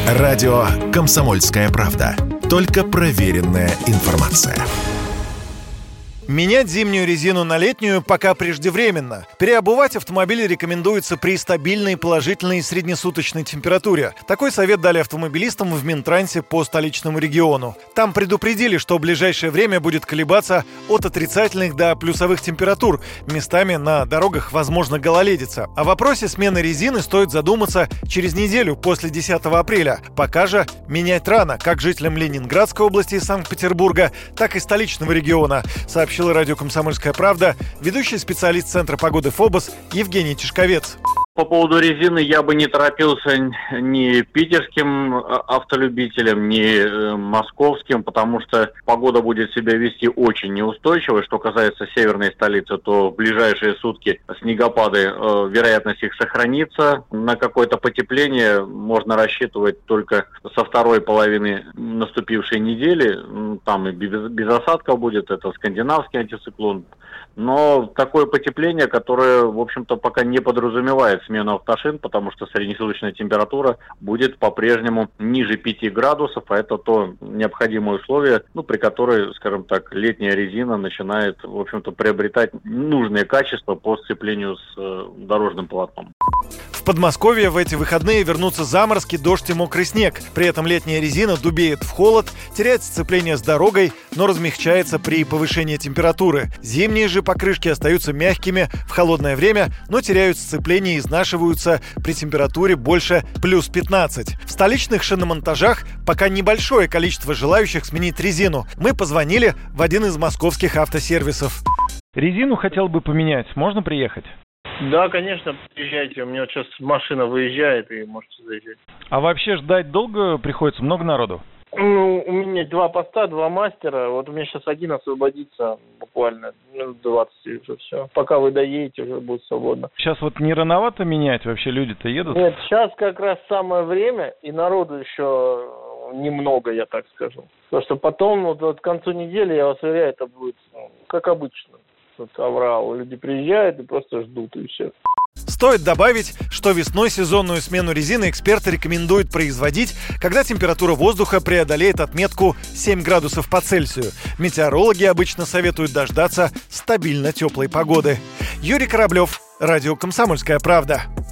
Радио «Комсомольская правда». Только проверенная информация. Менять зимнюю резину на летнюю пока преждевременно. Переобувать автомобиль рекомендуется при стабильной положительной среднесуточной температуре. Такой совет дали автомобилистам в Минтрансе по столичному региону. Там предупредили, что в ближайшее время будет колебаться от отрицательных до плюсовых температур. Местами на дорогах возможно гололедица. О вопросе смены резины стоит задуматься через неделю после 10 апреля. Пока же менять рано, как жителям Ленинградской области и Санкт-Петербурга, так и столичного региона, сообщил радио «Комсомольская правда» ведущий специалист Центра погоды ФОБОС Евгений Тишковец. По поводу резины я бы не торопился ни питерским автолюбителям, ни московским, потому что погода будет себя вести очень неустойчиво. Что касается северной столицы, то в ближайшие сутки снегопады, вероятность их сохранится. На какое-то потепление можно рассчитывать только со второй половины наступившей недели. Там и без осадков будет, это скандинавский антициклон. Но такое потепление, которое, в общем-то, пока не подразумевает смену автошин, потому что среднесуточная температура будет по-прежнему ниже 5 градусов, а это то необходимое условие, при которой, скажем так, летняя резина начинает, в общем-то, приобретать нужные качества по сцеплению с дорожным полотном. В Подмосковье в эти выходные вернутся заморозки, дождь и мокрый снег. При этом летняя резина дубеет в холод, теряет сцепление с дорогой, но размягчается при повышении температуры. Зимние же покрышки остаются мягкими в холодное время, но теряют сцепление и изнашиваются при температуре больше плюс 15. В столичных шиномонтажах пока небольшое количество желающих сменить резину. Мы позвонили в один из московских автосервисов. Резину хотел бы поменять. Можно приехать? Да, конечно, приезжайте. У меня сейчас машина выезжает, и можете заезжать. А вообще ждать долго приходится? Много народу? У меня 2 поста, 2 мастера. Вот у меня сейчас один освободится буквально 20 и уже все. Пока вы доедете, уже будет свободно. Сейчас не рановато менять? Вообще люди-то едут? Нет, сейчас как раз самое время, и народу еще немного, я так скажу. Потому что потом, к концу недели, я вас уверяю, это будет как обычно. Аврал. Люди приезжают и просто ждут, и все. Стоит добавить, что весной сезонную смену резины эксперты рекомендуют производить, когда температура воздуха преодолеет отметку 7 градусов по Цельсию. Метеорологи обычно советуют дождаться стабильно теплой погоды. Юрий Кораблев, радио «Комсомольская правда».